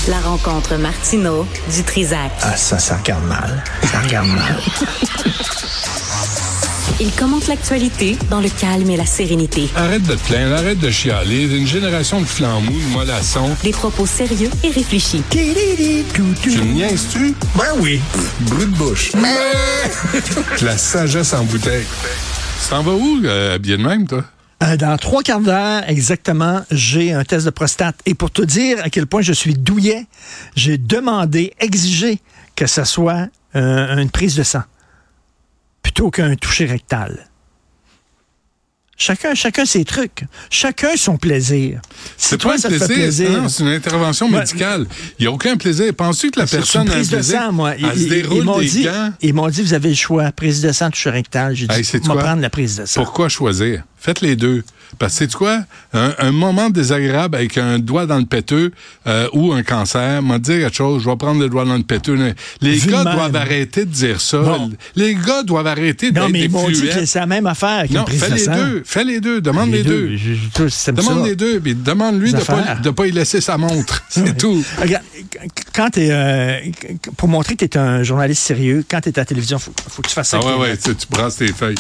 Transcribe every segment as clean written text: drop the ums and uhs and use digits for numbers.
La rencontre Martineau du Trizac. Ah, ça regarde mal. Ça regarde mal. Il commente l'actualité dans le calme et la sérénité. Arrête de te plaindre, arrête de chialer. Une génération de flambous, de mollassons. Des propos sérieux et réfléchis. Tu me niaises-tu? Ben oui. Brut de bouche. La sagesse en bouteille. Tu t'en vas où, habillé de même, toi? Dans 3 quarts d'heure, exactement, j'ai un test de prostate. Et pour te dire à quel point je suis douillet, j'ai demandé, exigé que ça soit une prise de sang plutôt qu'un toucher rectal. Chacun ses trucs. Chacun son plaisir. C'est pas un plaisir. Non, c'est une intervention médicale. Il n'y a aucun plaisir. Penses-tu que la personne a un plaisir? Prise de sang, moi. Elle se déroule des gants. Ils m'ont dit, vous avez le choix. Prise de sang, toucher rectal. J'ai dit, on va prendre la prise de sang. Pourquoi choisir? Faites les deux. Parce que sais-tu quoi? Un moment désagréable avec un doigt dans le péteux ou un cancer, m'a dit quelque chose, je vais prendre le doigt dans le péteux. Les gars doivent arrêter de dire ça. Non. Les gars doivent arrêter d'être des fluets. Non, mais ils m'ont dit que c'est la même affaire qu'une prise de sang. Fais les deux. Demande les deux. Demande les deux. Puis demande-lui de pas y laisser sa montre. C'est tout. Regarde, quand pour montrer que tu es un journaliste sérieux, quand tu es à la télévision, faut que tu fasses ça. Ah ouais, tu brasses tes feuilles.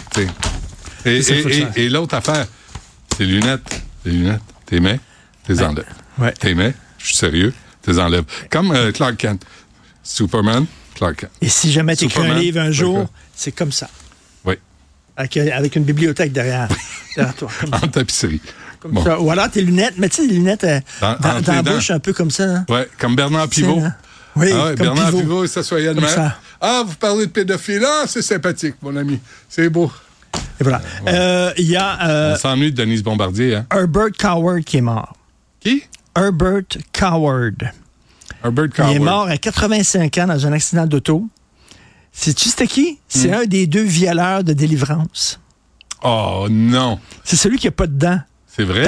Et l'autre affaire, c'est les lunettes. Les lunettes. T'es mets, t'es enlèves. Ouais. T'es mets, je suis sérieux, t'es enlèves. Comme Clark Kent. Superman, Clark Kent. Et si jamais t'écris un livre un jour, c'est comme ça. Oui. Avec une bibliothèque derrière toi. Comme en tapisserie. Comme ça. Ou alors tes lunettes, mais tu sais, les lunettes dans la bouche, un peu comme ça. Hein? Oui, comme Bernard Pivot. Oui, comme Bernard Pivot, il s'assoyait de même. Ah, vous parlez de pédophilie. Ah, c'est sympathique, mon ami. C'est beau. Et voilà. Il y a... on s'ennuie de Denise Bombardier, hein? Herbert Coward qui est mort. Qui? Herbert Coward. Herbert Coward. Il est mort à 85 ans dans un accident d'auto. Sais-tu c'était qui? C'est un des 2 violeurs de Délivrance. Oh, non. C'est celui qui n'a pas de dents. C'est vrai?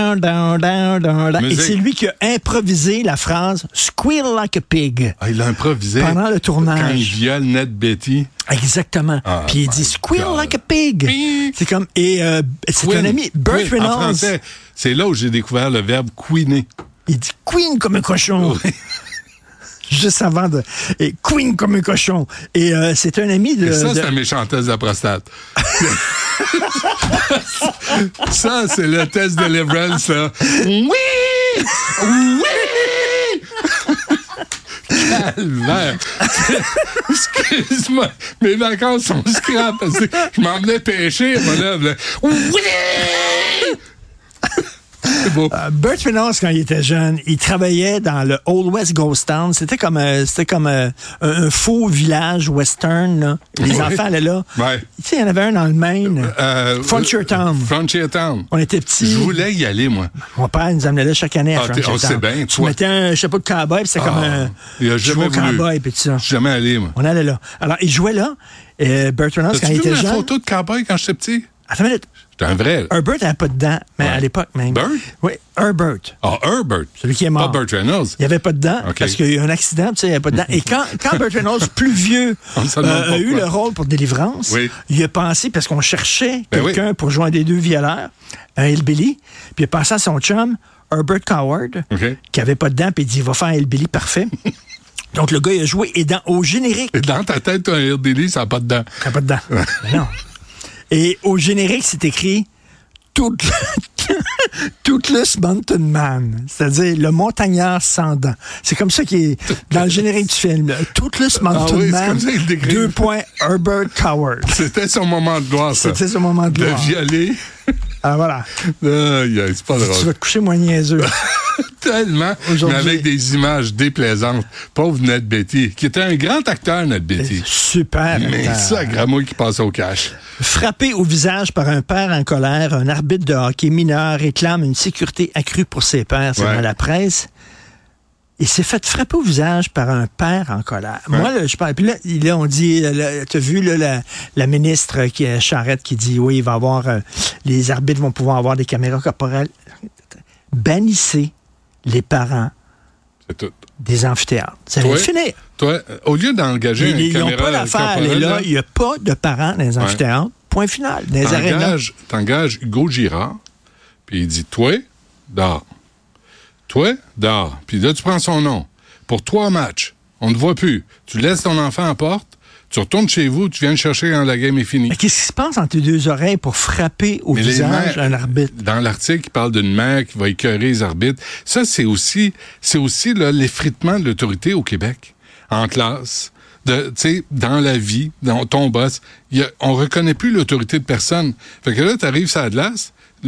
Et c'est lui qui a improvisé la phrase « Squeal like a pig ». Ah, il l'a improvisé? Pendant le tournage. Quand il viole Ned Betty. Exactement. Puis il dit « Squeal like a pig ». C'est comme... Et c'est un ami, Burt Reynolds. En français, c'est là où j'ai découvert le verbe « queener ». Il dit « queen comme un cochon ». Oui. Juste avant de... Et queen comme un cochon. Et c'est un ami de... Et ça, c'est la méchantesse de la prostate. Ça, c'est le test de Deliverance, là. Oui! Oui! Calvaire! Excuse-moi, mes vacances sont scrap parce que je m'en venais pêcher, mon œuvre. Oui! Burt Reynolds, quand il était jeune, il travaillait dans le Old West Ghost Town. C'était comme un faux village western. Là. Les enfants allaient là. Ouais. Tu sais, il y en avait un dans le Maine. Frontier Town. Frontier Town. On était petits. Je voulais y aller, moi. Mon père nous amenait là chaque année à Frontier Town. On sait bien. Tu mettais un chapeau de cowboy, puis c'était comme un chapeau de cowboy, puis tout ça. Je suis jamais allé, moi. On allait là. Alors, il jouait là. Burt Reynolds, quand il était jeune... T'as-tu vu la photo de cowboy quand j'étais petit? Attends une minute. J'étais un vrai. Herbert n'avait pas de dents, mais à l'époque même. Burt? Oui, Herbert. Ah, Herbert. Celui qui est mort. Pas Burt Reynolds. Il n'y avait pas de dents parce qu'il y a eu un accident, tu sais, il n'y avait pas de dents. Et quand Burt Reynolds, plus vieux, a eu le rôle pour Délivrance, il a pensé, parce qu'on cherchait quelqu'un pour jouer un des 2 violeurs, un hillbilly, puis il a pensé à son chum, Herbert Coward, qui n'avait pas de dents, puis il dit, il va faire un hillbilly parfait. Donc, le gars, il a joué, et au générique... Et dans ta tête, un hillbilly, ça n'a pas de dents. Ça n'a pas de dents. Mais non. Et au générique, c'est écrit Toothless Mountain Man, c'est-à-dire le montagnard sans dents. C'est comme ça qui est dans le générique du film. Toothless Mountain Man, 2 points, Herbert Coward. C'était son moment de gloire, ça. C'était son moment de gloire. De violer. Alors voilà. C'est pas drôle. Tu vas te coucher moins niaiseux. Tellement, mais avec des images déplaisantes. Pauvre Ned Betty, qui était un grand acteur, Ned Betty. Super. Mais ça, Gramouille qui passe au cash. Frappé au visage par un père en colère, un arbitre de hockey mineur réclame une sécurité accrue pour ses pairs. C'est dans la presse. Il s'est fait frapper au visage par un père en colère. Ouais. Moi, là, je parle. Puis là, on dit, tu as vu là, la ministre Charette qui dit, oui, il va avoir, les arbitres vont pouvoir avoir des caméras corporelles. Bannissez les parents des amphithéâtres. Ça va finir. Toi, au lieu d'engager une caméra ils n'ont pas l'affaire. Là, il n'y a pas de parents dans les amphithéâtres. Point final. Dans les arénas. T'engages Hugo Girard, puis il dit, toi, dors. Toi, dehors. Puis là, tu prends son nom. Pour 3 matchs. On ne te voit plus. Tu laisses ton enfant à porte. Tu retournes chez vous, tu viens le chercher quand la game est finie. Mais qu'est-ce qui se passe entre tes deux oreilles pour frapper au visage un arbitre? Dans l'article, il parle d'une mère qui va écœurer les arbitres. Ça, c'est aussi là, l'effritement de l'autorité au Québec. En classe, dans la vie, dans ton boss. On reconnaît plus l'autorité de personne. Fait que là, tu arrives sur la glace,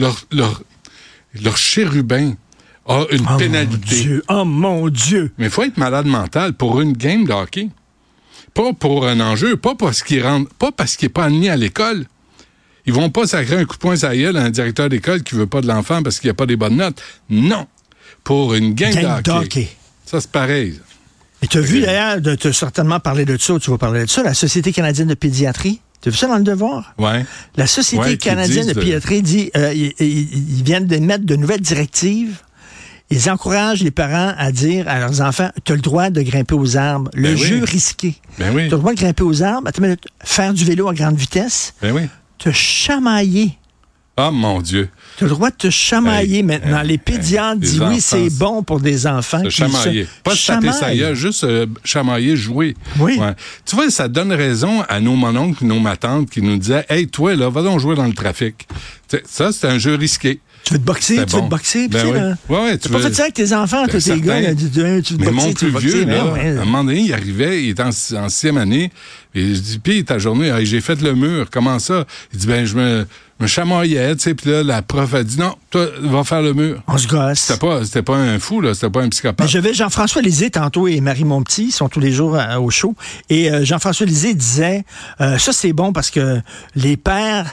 leur chérubin a une pénalité. Mon Dieu! Mais il faut être malade mental pour une game de hockey. Pas pour un enjeu, pas parce qu'il n'est pas admis à l'école. Ils vont pas sacrer un coup de poing sur la gueule à un directeur d'école qui veut pas de l'enfant parce qu'il n'y a pas des bonnes notes. Non. Pour une game de hockey. Ça, c'est pareil. Et tu as vu d'ailleurs, tu as certainement parlé de ça, ou tu vas parler de ça, la Société canadienne de pédiatrie. Tu as vu ça dans le Devoir? Oui. La Société canadienne de pédiatrie dit ils viennent de mettre de nouvelles directives. Ils encouragent les parents à dire à leurs enfants, tu as le droit de grimper aux arbres. Le jeu risqué. Ben oui. Tu as le droit de grimper aux arbres, faire du vélo à grande vitesse. Ben oui. Te chamailler. Ah, mon Dieu. Tu as le droit de te chamailler maintenant. Les pédiatres disent oui, c'est bon pour des enfants. Se chamailler. Pas se taper sa gueule, juste chamailler, jouer. Oui. Ouais. Tu vois, ça donne raison à nos mononcles, nos matantes qui nous disaient, hey, toi, là, va donc jouer dans le trafic. T'sais, ça, c'est un jeu risqué. Tu veux te boxer, veux te boxer. Ben oui. Tu n'as pas fait ça avec tes enfants, tous tes gars. Tu veux te mais boxer, mon plus vieux, là, à un moment donné, il arrivait, il était en 6e année, et je dis, puis ta journée, j'ai fait le mur, comment ça? Il dit, je me chamaillais, tu sais, puis là, la prof a dit, non, toi, va faire le mur. On se gosse. C'était pas un fou, là, c'était pas un psychopathe. Mais j'avais Jean-François Lisée tantôt et Marie Monpetit, ils sont tous les jours au show, et Jean-François Lisée disait, ça c'est bon parce que les pères,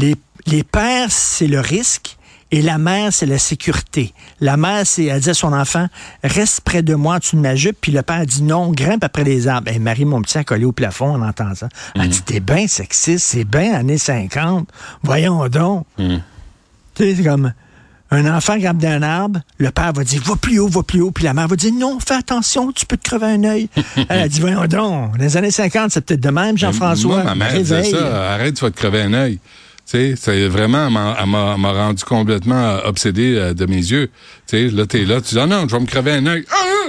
c'est le risque, et la mère, c'est la sécurité. La mère, elle dit à son enfant, reste près de moi en dessous de ma jupe. Puis le père dit non, grimpe après les arbres. Et Marie, mon petit, a collé au plafond en entendant ça. Elle dit, t'es bien sexiste, c'est bien années 50. Voyons donc. Tu sais, c'est comme un enfant grimpe d'un arbre, le père va dire, va plus haut. Puis la mère va dire, non, fais attention, tu peux te crever un œil. Elle a dit, voyons donc, dans les années 50, c'est peut-être de même, Jean-François. Moi, ma mère disait ça, arrête, tu vas te crever un œil. Tu sais, c'est vraiment, elle m'a rendu complètement obsédé de mes yeux. Tu sais, là, t'es là, tu dis, non, je vais me crever un œil.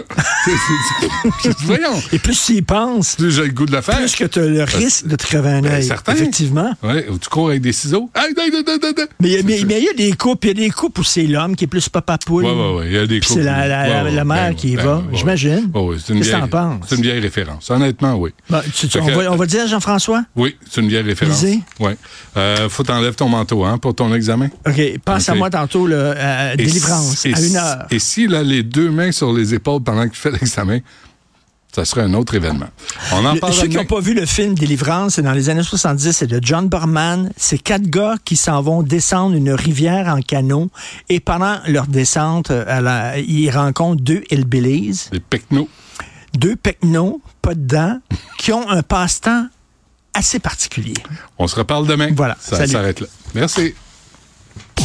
Voyons. Et plus tu y penses, plus j'ai le goût de le faire. Plus que tu as le risque de te crever un œil. Certain. Effectivement. Oui, ou tu cours avec des ciseaux. Mais il y a des couples, où c'est l'homme qui est plus papa poule. Oui, il y a des couples. C'est la mère qui y va, j'imagine. Oui, c'est une vieille. Qu'est-ce que t'en penses? C'est une vieille référence. Honnêtement, oui. Bon, on va dire à Jean-François? Oui, c'est une vieille référence. Oui. Faut t'enlèves ton manteau, pour ton examen. OK. Pense à moi tantôt, délivrance, à 1h. Et si, là, les 2 mains sur les épaules pendant que tu fais l'examen, ça serait un autre événement. On en parle. Ceux qui n'ont pas vu le film Délivrance, c'est dans les années 70, c'est de John Borman. C'est 4 gars qui s'en vont descendre une rivière en canot et pendant leur descente, ils rencontrent 2 hillbillies. Des pecnos. 2 pecnos, pas de dents, qui ont un passe-temps assez particulier. On se reparle demain. Voilà. Ça s'arrête là. Merci.